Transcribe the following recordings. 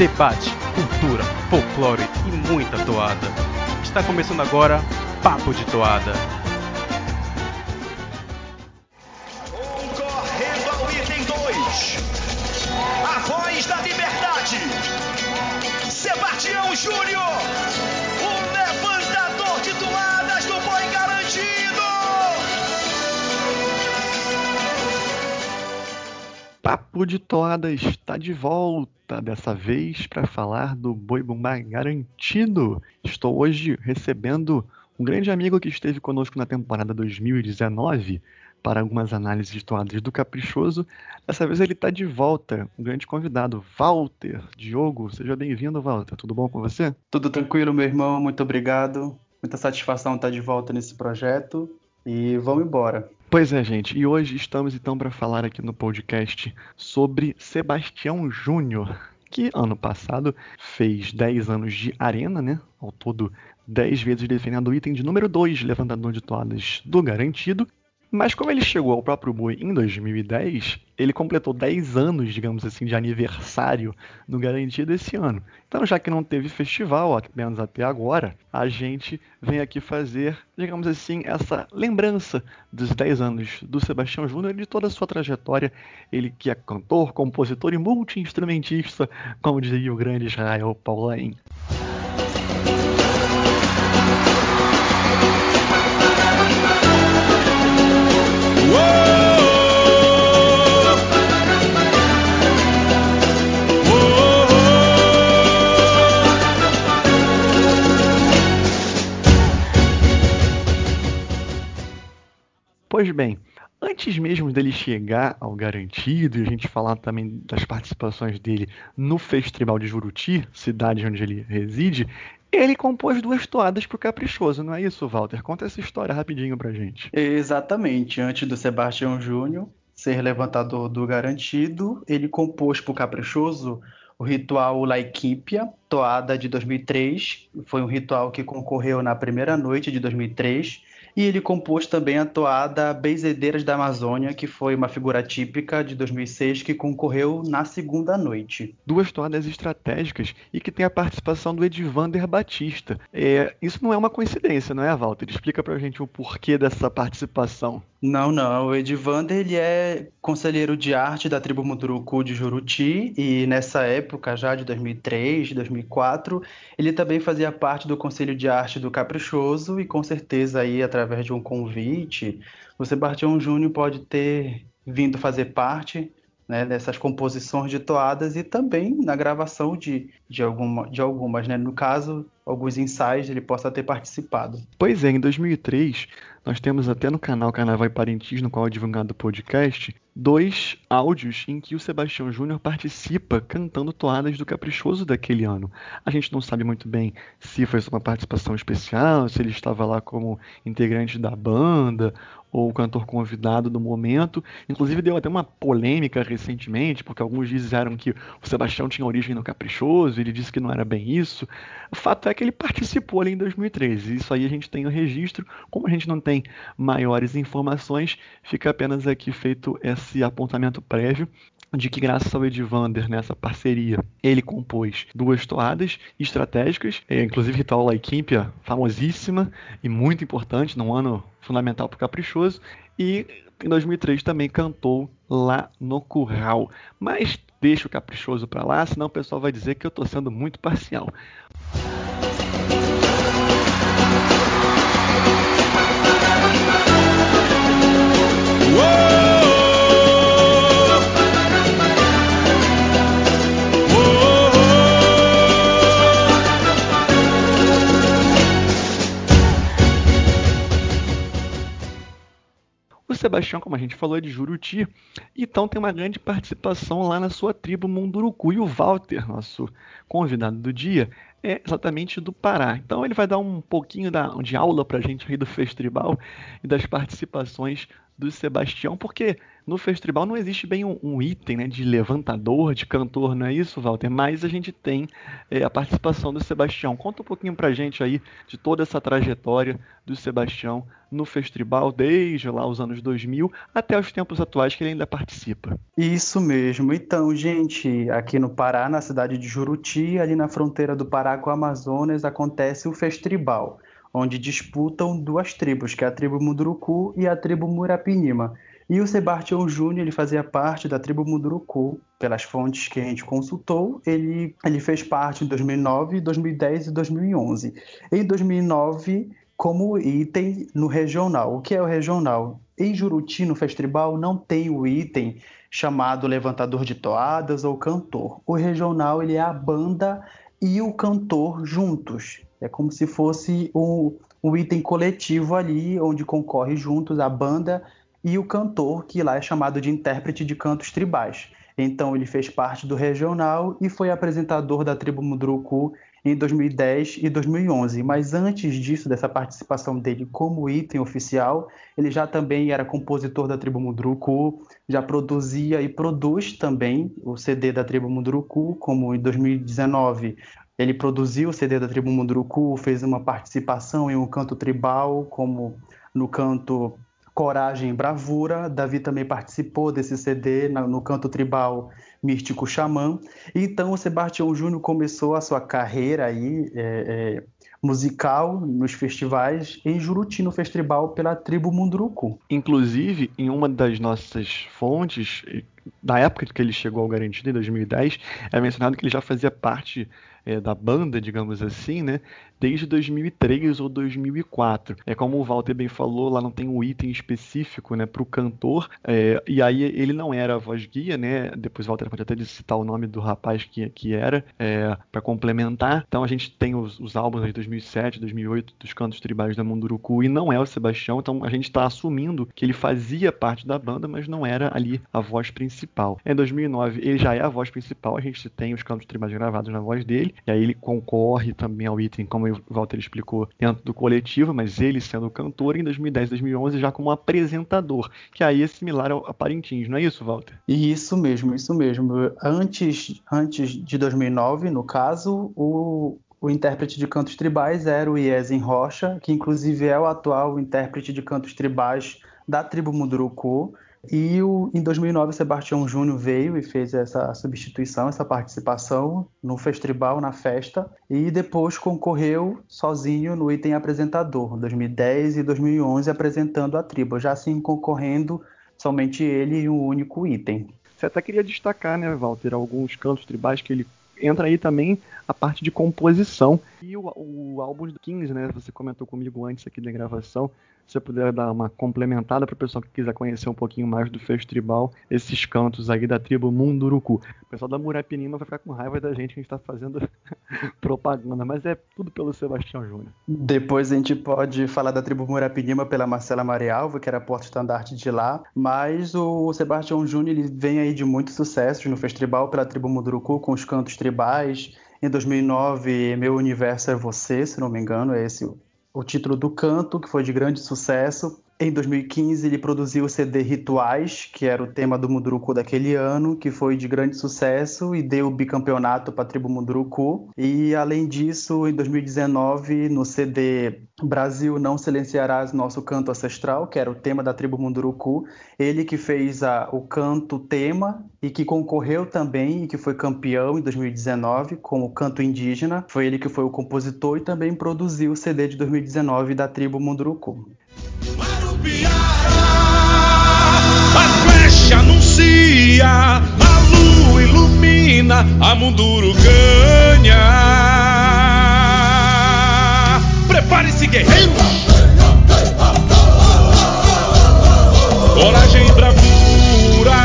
debate, cultura, folclore e muita toada. Está começando agora Papo de Toada. Concorrendo ao item 2, a voz da liberdade, Sebastião Júnior, o levantador de toadas do Boi Garantido. Papo de Toada está de volta, dessa vez para falar do Boi Bumbá Garantido. Estou hoje recebendo um grande amigo que esteve conosco na temporada 2019 para algumas análises de toadas do Caprichoso. Dessa vez ele está de volta, um grande convidado, Walter Diogo. Seja bem-vindo, Walter. Tudo bom com você? Tudo tranquilo, meu irmão. Muito obrigado. Muita satisfação estar de volta nesse projeto. E vamos embora. Pois é, gente, e hoje estamos então para falar aqui no podcast sobre Sebastião Júnior, que ano passado fez 10 anos de arena, né? Ao todo 10 vezes defendendo o item de número 2, levantador de toadas do Garantido. Mas como ele chegou ao próprio Boi em 2010, ele completou 10 anos, digamos assim, de aniversário no Garantido esse ano. Então, já que não teve festival, pelo menos até agora, a gente vem aqui fazer, digamos assim, essa lembrança dos 10 anos do Sebastião Júnior e de toda a sua trajetória. Ele que é cantor, compositor e multi-instrumentista, como dizia o grande Israel Paulain. Pois bem, antes mesmo dele chegar ao Garantido e a gente falar também das participações dele no Festival de Juruti, cidade onde ele reside, ele compôs 2 toadas pro Caprichoso, não é isso, Walter? Conta essa história rapidinho pra gente. Exatamente. Antes do Sebastião Júnior ser levantador do Garantido, ele compôs para o Caprichoso o ritual La Equipia, toada de 2003. Foi um ritual que concorreu na primeira noite de 2003. E ele compôs também a toada Benzedeiras da Amazônia, que foi uma figura típica de 2006 que concorreu na segunda noite. 2 toadas estratégicas e que tem a participação do Edivander Batista. Isso não é uma coincidência, não é, Walter? Explica pra gente o porquê dessa participação. Não. O Edivander, ele é conselheiro de arte da tribo Munduruku de Juruti e nessa época, já de 2003, 2004, ele também fazia parte do conselho de arte do Caprichoso e com certeza aí, através de um convite, o Sebastião Júnior pode ter vindo fazer parte, né, dessas composições de toadas e também na gravação de algumas, né? No caso, alguns ensaios ele possa ter participado. Pois é, em 2003, nós temos até no canal Carnaval e Parintins, no qual é divulgado o podcast, 2 áudios em que o Sebastião Júnior participa cantando toadas do Caprichoso daquele ano. A gente não sabe muito bem se foi uma participação especial, se ele estava lá como integrante da banda ou cantor convidado do momento. Inclusive deu até uma polêmica recentemente, porque alguns disseram que o Sebastião tinha origem no Caprichoso, ele disse que não era bem isso. O fato é que ele participou ali em 2013, isso aí a gente tem o registro. Como a gente não tem maiores informações, fica apenas aqui feito esse apontamento prévio de que graças ao Edivander, nessa parceria, ele compôs 2 toadas estratégicas, inclusive Ritual La Equipia, famosíssima e muito importante, num ano fundamental para o Caprichoso, e em 2003 também cantou lá no Curral. Mas deixa o Caprichoso para lá, senão o pessoal vai dizer que eu estou sendo muito parcial. O Sebastião, como a gente falou, é de Juruti, então tem uma grande participação lá na sua tribo Munduruku. E o Walter, nosso convidado do dia, é exatamente do Pará. Então ele vai dar um pouquinho de aula pra gente aí do Festribal e das participações do Sebastião, porque no Festribal não existe bem um item, né, de levantador, de cantor, não é isso, Walter? Mas a gente tem a participação do Sebastião. Conta um pouquinho pra gente aí de toda essa trajetória do Sebastião no Festribal, desde lá os anos 2000 até os tempos atuais que ele ainda participa. Isso mesmo. Então, gente, aqui no Pará, na cidade de Juruti, ali na fronteira do Pará com o Amazonas, acontece o Festribal, onde disputam duas tribos, que é a tribo Munduruku e a tribo Muirapinima. E o Sebastião Júnior, ele fazia parte da tribo Munduruku. Pelas fontes que a gente consultou, ele fez parte em 2009, 2010 e 2011. Em 2009, como item no regional. O que é o regional? Em Juruti, no Festribal, não tem o item chamado levantador de toadas ou cantor. O regional, ele é a banda e o cantor juntos. É como se fosse um item coletivo ali, onde concorre juntos a banda e o cantor, que lá é chamado de intérprete de cantos tribais. Então ele fez parte do regional e foi apresentador da tribo Munduruku em 2010 e 2011. Mas antes disso, dessa participação dele como item oficial, ele já também era compositor da tribo Munduruku, já produzia e produz também o CD da tribo Munduruku, como em 2019 ele produziu o CD da tribo Munduruku, fez uma participação em um canto tribal, como no canto Coragem e Bravura. Davi também participou desse CD no canto tribal Místico Xamã. Então o Sebastião Júnior começou a sua carreira aí, musical nos festivais em Juruti, no Festribal pela tribo Munduruku. Inclusive, em uma das nossas fontes, da época que ele chegou ao Garantido, em 2010, é mencionado que ele já fazia parte da banda, digamos assim, né, desde 2003 ou 2004. É como o Walter bem falou, lá não tem um item específico, né, para o cantor, e aí ele não era a voz guia, né, depois o Walter pode até citar o nome do rapaz que era, para complementar. Então a gente tem os álbuns de 2007, 2008 dos cantos tribais da Munduruku, e não é o Sebastião, então a gente está assumindo que ele fazia parte da banda, mas não era ali a voz principal. Em 2009 ele já é a voz principal, a gente tem os cantos tribais gravados na voz dele, e aí ele concorre também ao item, como o Walter explicou, dentro do coletivo, mas ele sendo o cantor, em 2010 e 2011 já como apresentador, que aí é similar a Parintins, não é isso, Walter? Isso mesmo, isso mesmo. Antes de 2009, no caso, o intérprete de cantos tribais era o Iesen Rocha, que inclusive é o atual intérprete de cantos tribais da tribo Munduruku. E em 2009 o Sebastião Júnior veio e fez essa substituição, essa participação no Festribal, na festa, e depois concorreu sozinho no item apresentador, 2010 e 2011, apresentando a tribo, já assim concorrendo somente ele e um único item. Você até queria destacar, né, Walter, alguns cantos tribais que ele entra aí também a parte de composição. E o álbum do 15, né, você comentou comigo antes aqui da gravação, se você puder dar uma complementada para o pessoal que quiser conhecer um pouquinho mais do Festribal, esses cantos aí da tribo Munduruku. O pessoal da Muirapinima vai ficar com raiva da gente que a gente está fazendo propaganda, mas é tudo pelo Sebastião Júnior. Depois a gente pode falar da tribo Muirapinima pela Marcela Marialva, que era porta-estandarte de lá, mas o Sebastião Júnior ele vem aí de muitos sucessos no Festribal pela tribo Munduruku, com os cantos tribais. Em 2009, Meu Universo é Você, se não me engano, é esse o título do canto, que foi de grande sucesso. Em 2015, ele produziu o CD Rituais, que era o tema do Munduruku daquele ano, que foi de grande sucesso e deu o bicampeonato para a tribo Munduruku. E, além disso, em 2019, no CD Brasil Não Silenciarás Nosso Canto Ancestral, que era o tema da tribo Munduruku, ele que fez o canto tema e que concorreu também e que foi campeão em 2019 com o canto indígena. Foi ele que foi o compositor e também produziu o CD de 2019 da tribo Munduruku. A flecha anuncia, a lua ilumina a Mundurucanha. Prepare-se, guerreiro! Coragem e bravura,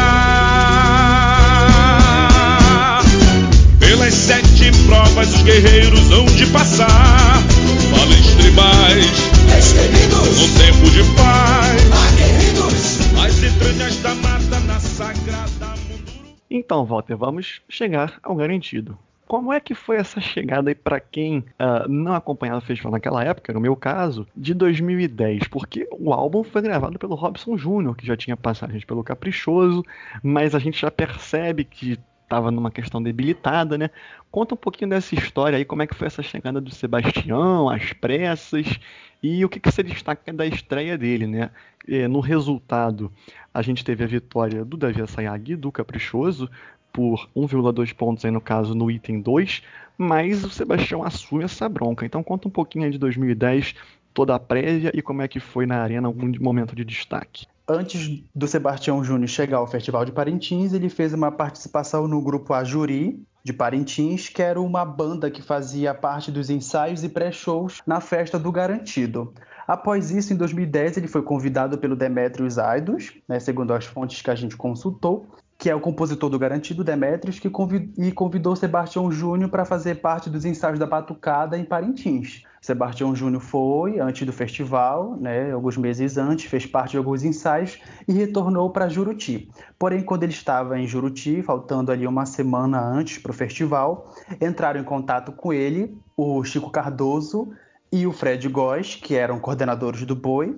pelas 7 provas os guerreiros hão de passar. Valentes tribais, num tempo de paz, as entranhas da mata na sagrada Munduruku. Então, Walter, vamos chegar ao Garantido. Como é que foi essa chegada aí para quem não acompanhava o festival naquela época, no meu caso, de 2010? Porque o álbum foi gravado pelo Robson Júnior, que já tinha passagens pelo Caprichoso, mas a gente já percebe que estava numa questão debilitada, né? Conta um pouquinho dessa história aí, como é que foi essa chegada do Sebastião, às pressas, e o que você destaca da estreia dele, né? No resultado, a gente teve a vitória do Davi Assayag, do Caprichoso, por 1,2 pontos aí no caso no item 2, mas o Sebastião assume essa bronca. Então conta um pouquinho aí de 2010, toda a prévia e como é que foi na arena algum momento de destaque. Antes do Sebastião Júnior chegar ao Festival de Parintins, ele fez uma participação no grupo Ajuri de Parintins, que era uma banda que fazia parte dos ensaios e pré-shows na festa do Garantido. Após isso, em 2010, ele foi convidado pelo Demetrius Aidos, né, segundo as fontes que a gente consultou, que é o compositor do Garantido, Demetrius, que convidou Sebastião Júnior para fazer parte dos ensaios da Batucada em Parintins. Sebastião Júnior foi antes do festival, né, alguns meses antes, fez parte de alguns ensaios e retornou para Juruti. Porém, quando ele estava em Juruti, faltando ali uma semana antes para o festival, entraram em contato com ele o Chico Cardoso e o Fred Góes, que eram coordenadores do Boi,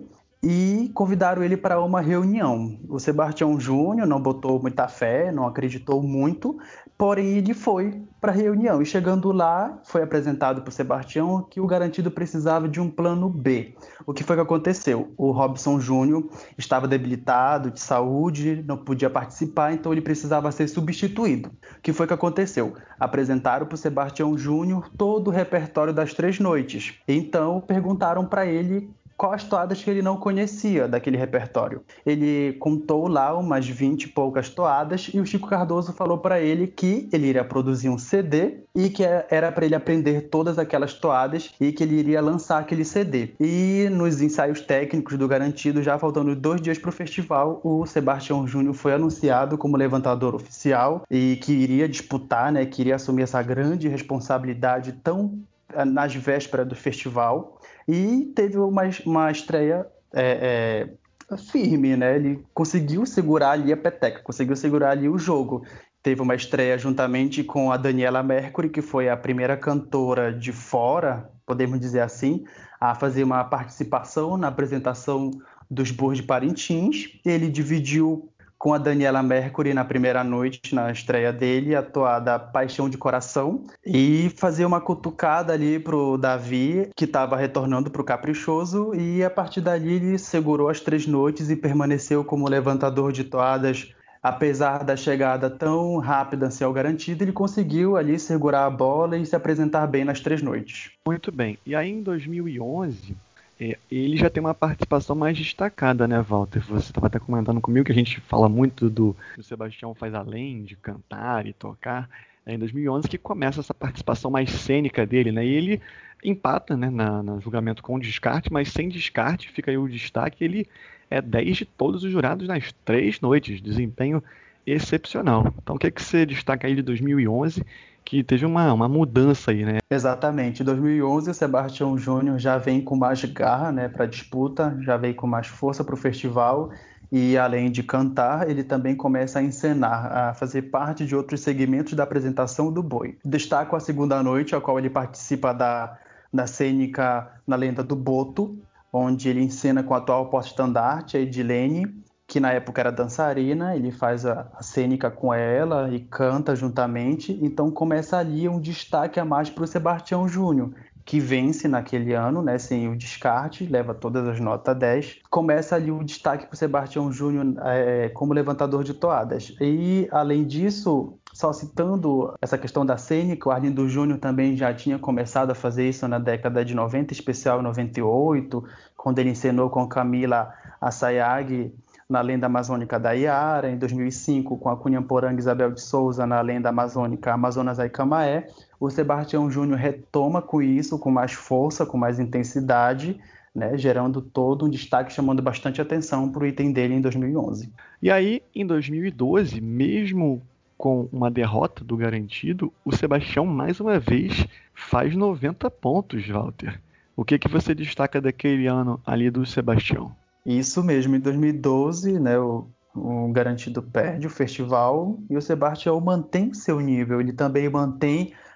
e convidaram ele para uma reunião. O Sebastião Júnior não botou muita fé, não acreditou muito, porém ele foi para a reunião. E chegando lá, foi apresentado para o Sebastião que o Garantido precisava de um plano B. O que foi que aconteceu? O Robson Júnior estava debilitado de saúde, não podia participar, então ele precisava ser substituído. O que foi que aconteceu? Apresentaram para o Sebastião Júnior todo o repertório das 3 noites. Então perguntaram para ele quais toadas que ele não conhecia daquele repertório. Ele contou lá umas 20 e poucas toadas e o Chico Cardoso falou para ele que ele iria produzir um CD e que era para ele aprender todas aquelas toadas e que ele iria lançar aquele CD. E nos ensaios técnicos do Garantido, já faltando 2 dias para o festival, o Sebastião Júnior foi anunciado como levantador oficial e que iria disputar, né, que iria assumir essa grande responsabilidade tão nas vésperas do festival. E teve uma estreia firme, né? Ele conseguiu segurar ali a peteca, conseguiu segurar ali o jogo. Teve uma estreia juntamente com a Daniela Mercury, que foi a primeira cantora de fora, podemos dizer assim, a fazer uma participação na apresentação dos Bois de Parintins. Ele dividiu com a Daniela Mercury na primeira noite, na estreia dele, a toada Paixão de Coração, e fazer uma cutucada ali pro Davi, que estava retornando pro Caprichoso, e a partir dali ele segurou as 3 noites e permaneceu como levantador de toadas. Apesar da chegada tão rápida assim ao Garantido, ele conseguiu ali segurar a bola e se apresentar bem nas 3 noites. Muito bem. E aí em 2011, ele já tem uma participação mais destacada, né, Walter? Você estava até comentando comigo que a gente fala muito do Sebastião faz além de cantar e tocar. É em 2011 que começa essa participação mais cênica dele, né? E ele empata, né, no julgamento com o descarte, mas sem descarte, fica aí o destaque. Ele é 10 de todos os jurados nas 3 noites. Desempenho excepcional. Então o que é que você destaca aí de 2011, que teve uma mudança aí, né? Exatamente. Em 2011, o Sebastião Júnior já vem com mais garra, né, para a disputa, já vem com mais força para o festival e, além de cantar, ele também começa a encenar, a fazer parte de outros segmentos da apresentação do Boi. Destaco a segunda noite, a qual ele participa da cênica na Lenda do Boto, onde ele encena com a atual porta-estandarte, a Edilene, que na época era dançarina, ele faz a cênica com ela e canta juntamente, então começa ali um destaque a mais para o Sebastião Júnior, que vence naquele ano, né, sem o descarte, leva todas as notas 10. Começa ali o destaque para o Sebastião Júnior como levantador de toadas. E, além disso, só citando essa questão da cênica, o Arlindo Júnior também já tinha começado a fazer isso na década de 90, especial em 98, quando ele encenou com Camila Assayag na Lenda Amazônica da Iara, em 2005 com a Cunhamporanga Isabel de Souza na Lenda Amazônica Amazonas Aicamaé. O Sebastião Júnior retoma com isso, com mais força, com mais intensidade, né, gerando todo um destaque, chamando bastante atenção para o item dele em 2011. E aí, em 2012, mesmo com uma derrota do Garantido, o Sebastião mais uma vez faz 90 pontos, Walter. O que você destaca daquele ano ali do Sebastião? Isso mesmo, em 2012, né, o Garantido perde o festival e o Sebastião mantém seu nível, ele também mantém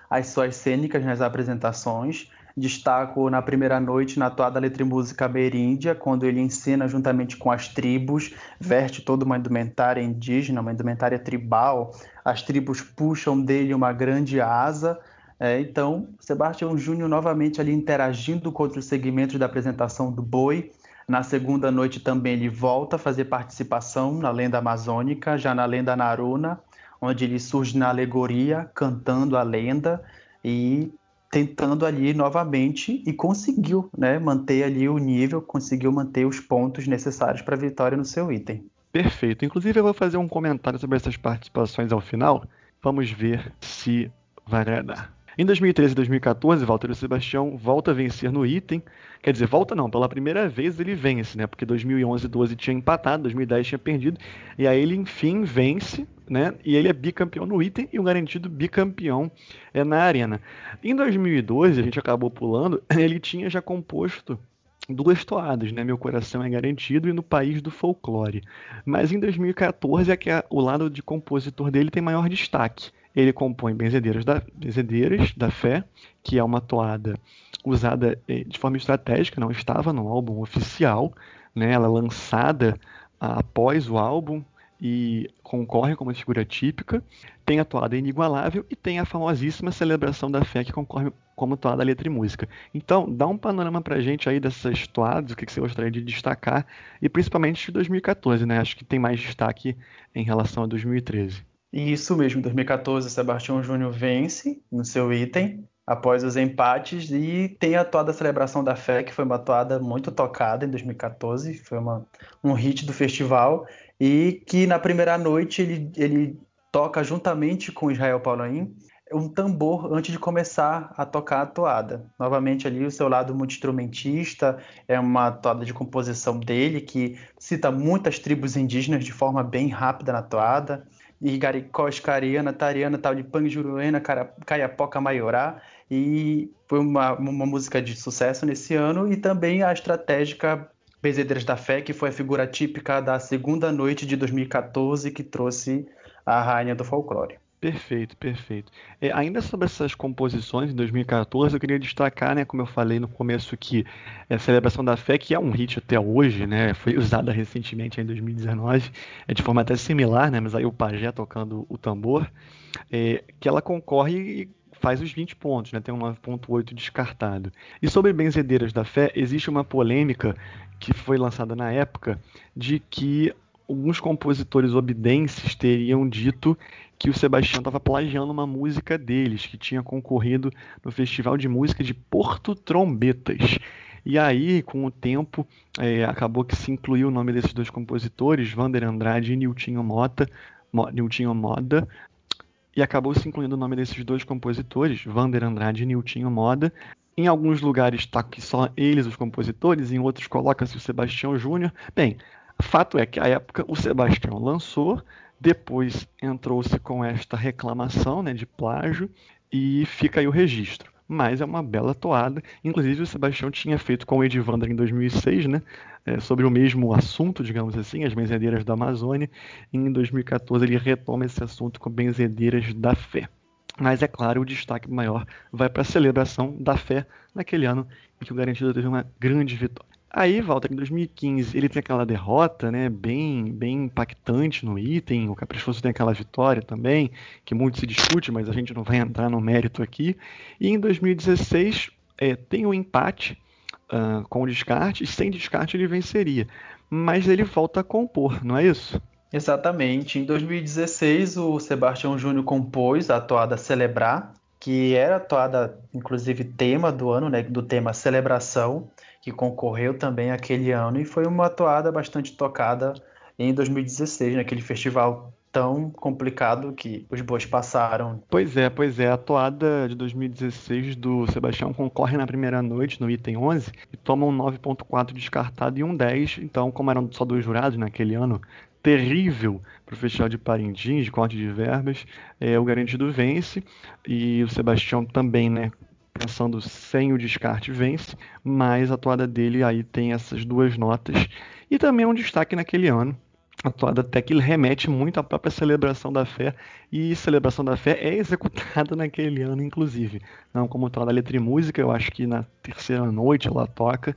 as suas cênicas nas apresentações. Destaco na primeira noite, na toada Letra e Música Ameríndia, quando ele ensina juntamente com as tribos, veste toda uma indumentária indígena, uma indumentária tribal. As tribos puxam dele uma grande asa. Então, Sebastião Júnior novamente ali interagindo com outros segmentos da apresentação do boi. Na segunda noite também ele volta a fazer participação na lenda amazônica, já na lenda Naruna, onde ele surge na alegoria, cantando a lenda e tentando ali novamente e conseguiu, né, manter ali o nível, conseguiu manter os pontos necessários para a vitória no seu item. Perfeito. Inclusive eu vou fazer um comentário sobre essas participações ao final. Vamos ver se vai agradar. Em 2013 e 2014, Valtteri Sebastião volta a vencer no item. Quer dizer, volta não, pela primeira vez ele vence, né? Porque 2011 e 12 tinha empatado, 2010 tinha perdido. E aí ele, enfim, vence, né? E ele é bicampeão no item e o garantido bicampeão na arena. Em 2012, a gente acabou pulando, ele tinha já composto 2 toadas, né? Meu Coração é Garantido e No País do Folclore. Mas em 2014 é que o lado de compositor dele tem maior destaque. Ele compõe Benzedeiras da Fé, que é uma toada usada de forma estratégica, não estava no álbum oficial, né? Ela é lançada após o álbum e concorre como figura típica. Tem a toada Inigualável e tem a famosíssima Celebração da Fé, que concorre como toada Letra e Música. Então, dá um panorama pra gente aí dessas toadas, o que você gostaria de destacar, e principalmente de 2014, né? Acho que tem mais destaque em relação a 2013. Isso mesmo, em 2014, Sebastião Júnior vence no seu item, após os empates, e tem a toada Celebração da Fé, que foi uma toada muito tocada em 2014, foi um hit do festival, e que na primeira noite ele toca juntamente com Israel Paulaim um tambor antes de começar a tocar a toada. Novamente ali o seu lado muito instrumentista, é uma toada de composição dele, que cita muitas tribos indígenas de forma bem rápida na toada, Igaricós, Cariana, Tariana, Tauripan, Juruena, Caiapoca, Maiorá, e foi uma música de sucesso nesse ano, e também a estratégica Benzedeiras da Fé, que foi a figura típica da segunda noite de 2014, que trouxe a rainha do folclore. Perfeito, perfeito. Ainda sobre essas composições em 2014, eu queria destacar, né, como eu falei no começo, que a Celebração da Fé, que é um hit até hoje, né, foi usada recentemente em 2019, de forma até similar, né, mas aí o pajé tocando o tambor, que ela concorre e faz os 20 pontos, né, tem um 9.8 descartado. E sobre Benzedeiras da Fé, existe uma polêmica que foi lançada na época de que alguns compositores obidenses teriam dito que o Sebastião estava plagiando uma música deles, que tinha concorrido no Festival de Música de Porto Trombetas. E aí, com o tempo, acabou que se incluiu o nome desses 2 compositores, Vander Andrade e Niltinho Moda, e acabou se incluindo o nome desses 2 compositores, Vander Andrade e Niltinho Moda. Em alguns lugares está que só eles os compositores, em outros coloca-se o Sebastião Júnior. Bem, fato é que à época o Sebastião lançou, depois entrou-se com esta reclamação, né, de plágio, e fica aí o registro. Mas é uma bela toada. Inclusive o Sebastião tinha feito com o Edivander em 2006, né, sobre o mesmo assunto, digamos assim, as benzedeiras da Amazônia. E em 2014 ele retoma esse assunto com Benzedeiras da Fé. Mas é claro, o destaque maior vai para a Celebração da Fé, naquele ano em que o Garantido teve uma grande vitória. Aí, Walter, em 2015, ele tem aquela derrota, né, bem impactante no item. O Caprichoso tem aquela vitória também, que muito se discute, mas a gente não vai entrar no mérito aqui. E em 2016, tem um empate com o descarte, e sem descarte ele venceria. Mas ele volta a compor, não é isso? Exatamente. Em 2016, o Sebastião Júnior compôs a toada Celebrar, que era a toada, inclusive, tema do ano, né, do tema Celebração, que concorreu também aquele ano, e foi uma toada bastante tocada em 2016, naquele festival tão complicado que os bois passaram. Pois é. A toada de 2016 do Sebastião concorre na primeira noite, no item 11, e toma um 9.4 descartado e um 10. Então, como eram só 2 jurados naquele ano, terrível para o Festival de Parintins, de corte de verbas, o Garantido vence, e o Sebastião também, né, pensando sem o descarte, vence, mas a toada dele aí tem essas 2 notas, e também um destaque naquele ano, A toada até que remete muito à própria celebração da fé, e celebração da fé é executada naquele ano, inclusive. Não como toada letra e música, eu acho que na terceira noite ela toca,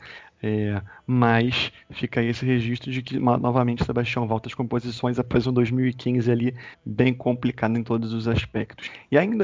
mas fica aí esse registro de que novamente Sebastião volta às composições após um 2015 ali bem complicado em todos os aspectos. E aí em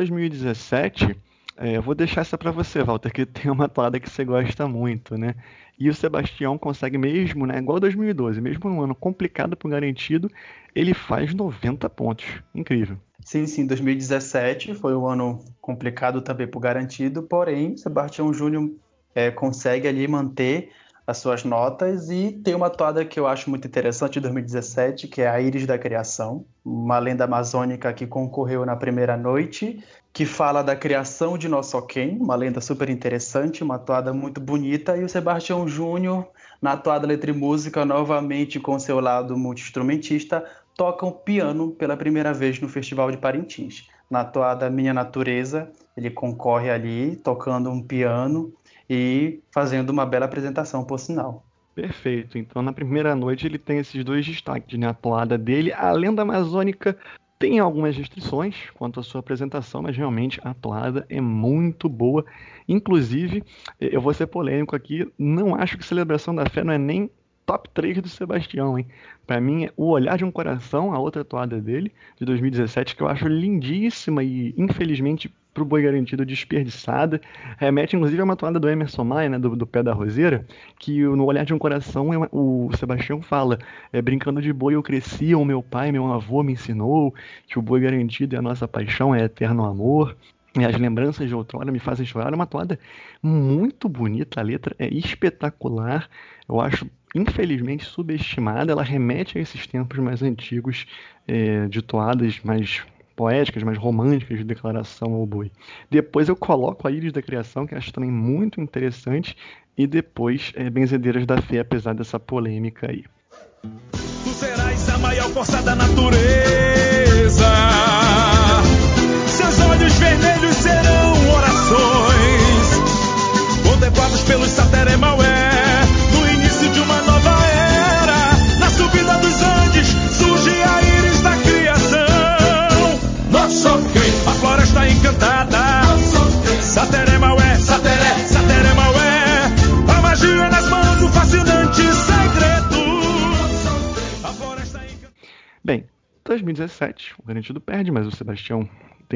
2017, eu vou deixar essa para você, Walter, que tem uma toada que você gosta muito, né? E o Sebastião consegue mesmo, né? Igual 2012, mesmo num ano complicado pro garantido, ele faz 90 pontos. Incrível. Sim, sim, 2017 foi um ano complicado também para o garantido, porém, Sebastião Júnior consegue ali manter as suas notas e tem uma toada que eu acho muito interessante de 2017, que é a Íris da Criação, uma lenda amazônica que concorreu na primeira noite, que fala da criação de Nossoquém, uma lenda super interessante, uma toada muito bonita, e o Sebastião Júnior, na toada letra e música, novamente com seu lado multi-instrumentista, tocam piano pela primeira vez no Festival de Parintins. Na toada Minha Natureza, ele concorre ali tocando um piano e fazendo uma bela apresentação, por sinal. Perfeito. Então, na primeira noite, ele tem esses dois destaques, né? A toada dele, a lenda amazônica, tem algumas restrições quanto à sua apresentação, mas realmente a toada é muito boa. Inclusive, eu vou ser polêmico aqui, não acho que Celebração da Fé não é nem top 3 do Sebastião, hein? Pra mim, é O Olhar de um Coração, a outra toada dele, de 2017, que eu acho lindíssima e, infelizmente, pro Boi Garantido desperdiçada. Remete, inclusive, a uma toada do Emerson Maia, né, do Pé da Roseira, que no Olhar de um Coração o Sebastião fala, brincando de boi eu cresci, o meu pai, meu avô me ensinou que o boi garantido é a nossa paixão, é eterno amor. E as lembranças de outrora me fazem chorar. É uma toada muito bonita, a letra é espetacular. Eu acho, infelizmente, subestimada. Ela remete a esses tempos mais antigos, de toadas mais poéticas, mais românticas de declaração ao boi. Depois eu coloco a Íris da Criação, que acho também muito interessante, e depois Benzedeiras da Fé, apesar dessa polêmica aí. Tu serás a maior força da natureza. Seus olhos vermelhos serão orações contemplados pelos Sateremaué. No início de uma nova era, na subida dos Andes, surge a Íris da Criação. Nossoquém, a floresta encantada. Sateremaué, Sateremaué, a magia nas mãos, o fascinante segredo. A floresta encantada. Bem, 2017, o garantido perde, mas o Sebastião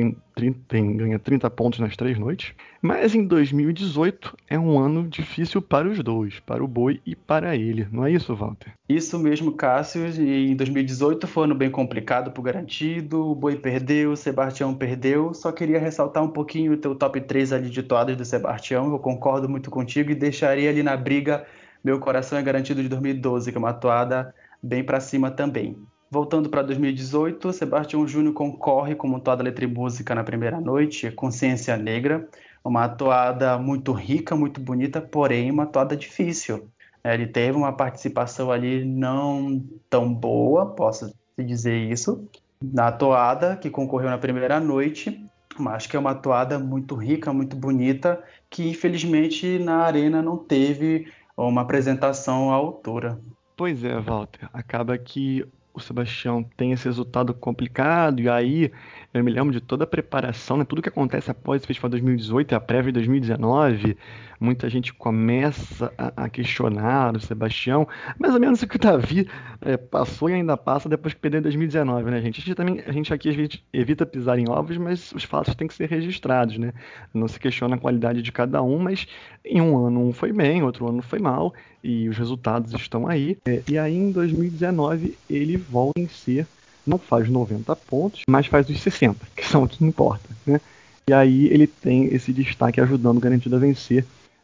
ganha 30 pontos nas 3 noites. Mas em 2018 é um ano difícil para os dois, para o boi e para ele. Não é isso, Walter? Isso mesmo, Cássio. E em 2018 foi um ano bem complicado para o garantido. O Boi perdeu, o Sebastião perdeu. Só queria ressaltar um pouquinho o teu top 3 ali de toadas do Sebastião. Eu concordo muito contigo e deixaria ali na briga Meu Coração é Garantido de 2012, que é uma toada bem para cima também. Voltando para 2018, Sebastião Júnior concorre como toada letra e música na primeira noite, Consciência Negra, uma toada muito rica, muito bonita, porém uma toada difícil. Ele teve uma participação ali não tão boa, posso te dizer isso, na toada que concorreu na primeira noite, mas que é uma toada muito rica, muito bonita, que infelizmente na arena não teve uma apresentação à altura. Pois é, Walter. Acaba que o Sebastião tem esse resultado complicado, e aí eu me lembro de toda a preparação, né? Tudo que acontece após o Festival 2018 e a prévia de 2019. Muita gente começa a questionar o Sebastião, mais ou menos o que o Davi passou e ainda passa depois que perdeu em 2019, né, gente? A gente aqui às vezes evita pisar em ovos, mas os fatos têm que ser registrados, né? Não se questiona a qualidade de cada um, mas em um ano um foi bem, outro ano foi mal, e os resultados estão aí. E aí em 2019 ele volta a vencer, não faz 90 pontos, mas faz os 60, que são o que importa, né? E aí ele tem esse destaque ajudando o Garantido a vencer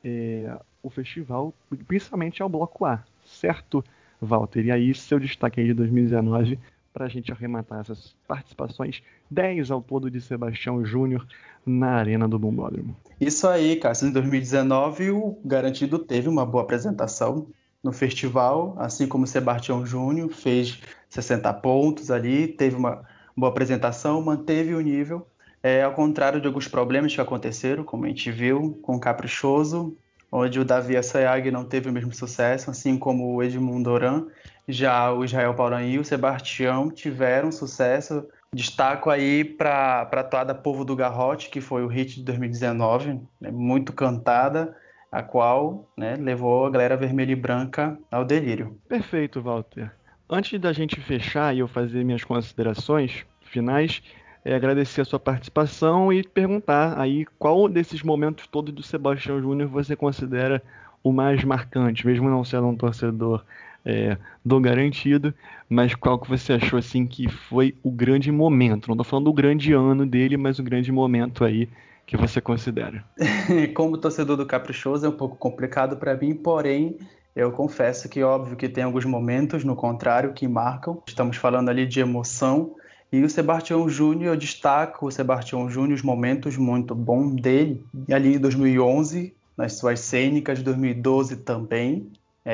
o festival, principalmente ao Bloco A, certo, Walter? E aí seu destaque aí de 2019 para a gente arrematar essas participações, 10 ao todo de Sebastião Júnior na Arena do Bombódromo. Isso aí, Cássio. Em 2019, o Garantido teve uma boa apresentação no festival, assim como o Sebastião Júnior fez 60 pontos ali, teve uma boa apresentação, manteve o nível, ao contrário de alguns problemas que aconteceram, como a gente viu com o Caprichoso. onde o Davi Assayag não teve o mesmo sucesso, assim como o Edmundo Oran. Já o Israel Paulan e o Sebastião tiveram sucesso. Destaco aí para a toada Povo do Garrote, que foi o hit de 2019, né, muito cantada, a qual, né, levou a galera vermelha e branca ao delírio. Perfeito, Walter. Antes da gente fechar e eu fazer minhas considerações finais, agradecer a sua participação e perguntar aí qual desses momentos todos do Sebastião Júnior você considera o mais marcante, mesmo não sendo um torcedor do Garantido, mas qual que você achou assim que foi o grande momento? Não estou falando do grande ano dele, mas o grande momento aí que você considera. Como torcedor do Caprichoso é um pouco complicado para mim, porém eu confesso que óbvio que tem alguns momentos, no contrário, que marcam. Estamos falando ali de emoção. E o Sebastião Júnior, eu destaco o Sebastião Júnior, os momentos muito bons dele, ali em 2011, nas suas cênicas, 2012 também.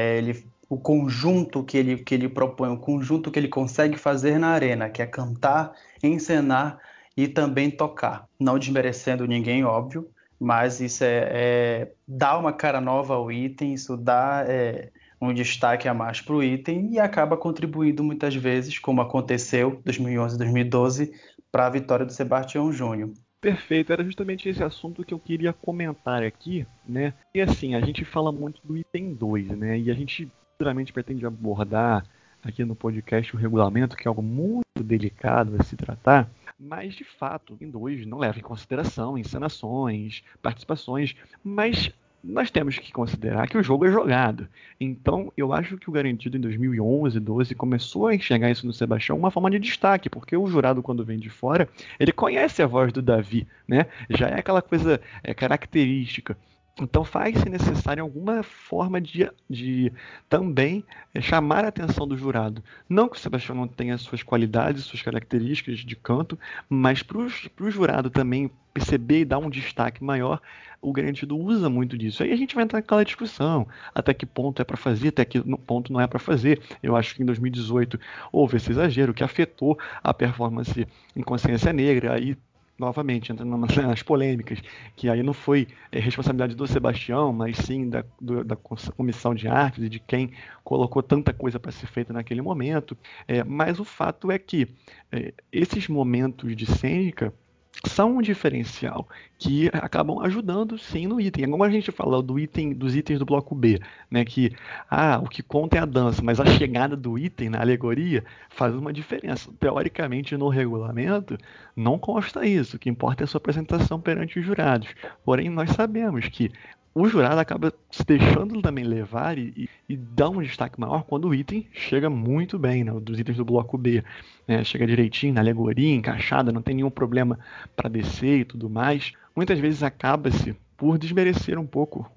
O conjunto que ele propõe, o conjunto que ele consegue fazer na arena, que é cantar, encenar e também tocar. Não desmerecendo ninguém, óbvio, mas isso dá uma cara nova ao item, isso dá um destaque a mais para o item e acaba contribuindo muitas vezes, como aconteceu em 2011 e 2012, para a vitória do Sebastião Júnior. Perfeito, era justamente esse assunto que eu queria comentar aqui, né? E assim, a gente fala muito do item 2, né? E a gente futuramente pretende abordar aqui no podcast o regulamento, que é algo muito delicado a se tratar, mas de fato, o item 2 não leva em consideração encenações, participações, mas nós temos que considerar que o jogo é jogado. Então, eu acho que o Garantido em 2011, 12 começou a enxergar isso no Sebastião uma forma de destaque, porque o jurado, quando vem de fora, ele conhece a voz do Davi, né? Já é aquela coisa característica. Então faz-se necessário alguma forma de também chamar a atenção do jurado. Não que o Sebastião não tenha suas qualidades, suas características de canto, mas para o jurado também perceber e dar um destaque maior, o Garantido usa muito disso. Aí a gente vai entrar naquela discussão, até que ponto é para fazer, até que ponto não é para fazer. Eu acho que em 2018 houve esse exagero que afetou a performance em Consciência Negra, aí novamente, entrando nas polêmicas, que aí não foi responsabilidade do Sebastião, mas sim da comissão de artes e de quem colocou tanta coisa para ser feita naquele momento. Mas o fato é que esses momentos de cênica são um diferencial que acabam ajudando sim no item. Como a gente fala dos itens do bloco B, né, que o que conta é a dança, mas a chegada do item na alegoria faz uma diferença. Teoricamente, no regulamento, não consta isso. O que importa é a sua apresentação perante os jurados. Porém, nós sabemos que o jurado acaba se deixando também levar e dá um destaque maior quando o item chega muito bem, né, dos itens do bloco B. Chega direitinho na alegoria, encaixada, não tem nenhum problema para descer e tudo mais. Muitas vezes acaba-se por desmerecer um pouco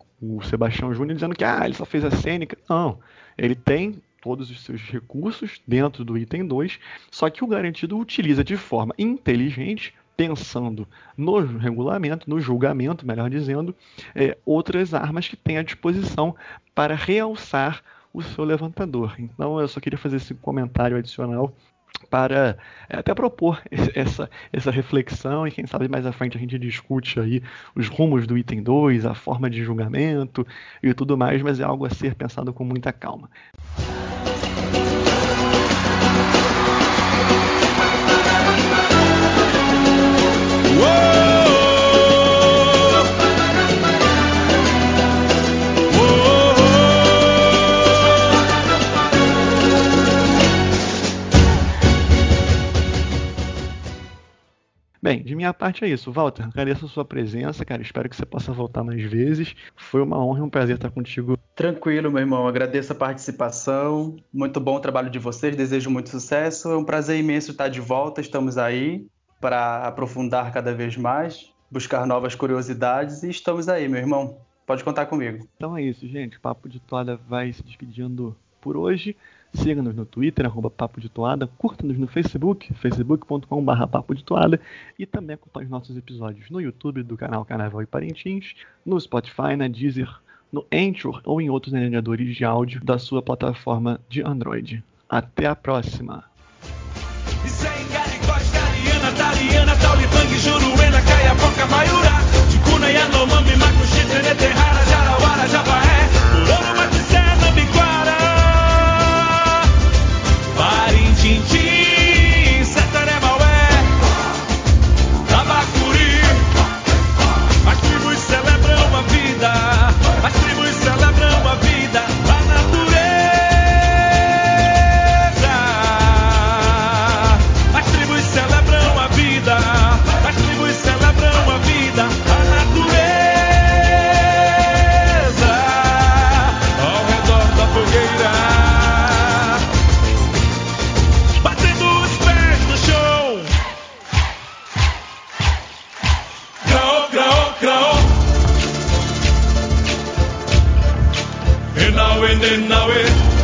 o Sebastião Júnior, dizendo que ele só fez a cênica. Não, ele tem todos os seus recursos dentro do item 2, só que o Garantido utiliza de forma inteligente, pensando no regulamento, no julgamento, melhor dizendo, outras armas que tem à disposição para realçar o seu levantador. Então eu só queria fazer esse comentário adicional para até propor essa reflexão e quem sabe mais à frente a gente discute aí os rumos do item 2, a forma de julgamento e tudo mais, mas é algo a ser pensado com muita calma. Bem, de minha parte é isso. Walter, agradeço a sua presença, cara. Espero que você possa voltar mais vezes. Foi uma honra e um prazer estar contigo. Tranquilo, meu irmão. Agradeço a participação. Muito bom o trabalho de vocês. Desejo muito sucesso. É um prazer imenso estar de volta. Estamos aí para aprofundar cada vez mais, buscar novas curiosidades e estamos aí, meu irmão. Pode contar comigo. Então é isso, gente. O Papo de Toada vai se despedindo por hoje. Siga-nos no Twitter, @Papo de Toada. Curta-nos no Facebook, facebook.com/Papo de Toada. E também acompanhe os nossos episódios no YouTube do canal Carnaval e Parintins, no Spotify, na Deezer, no Anchor ou em outros agregadores de áudio da sua plataforma de Android. Até a próxima! Juruena, Caiapoca, Maiurá, Ticuna, Yanomami, Macuxi, Trene, Terrara, Jaraú. Naue,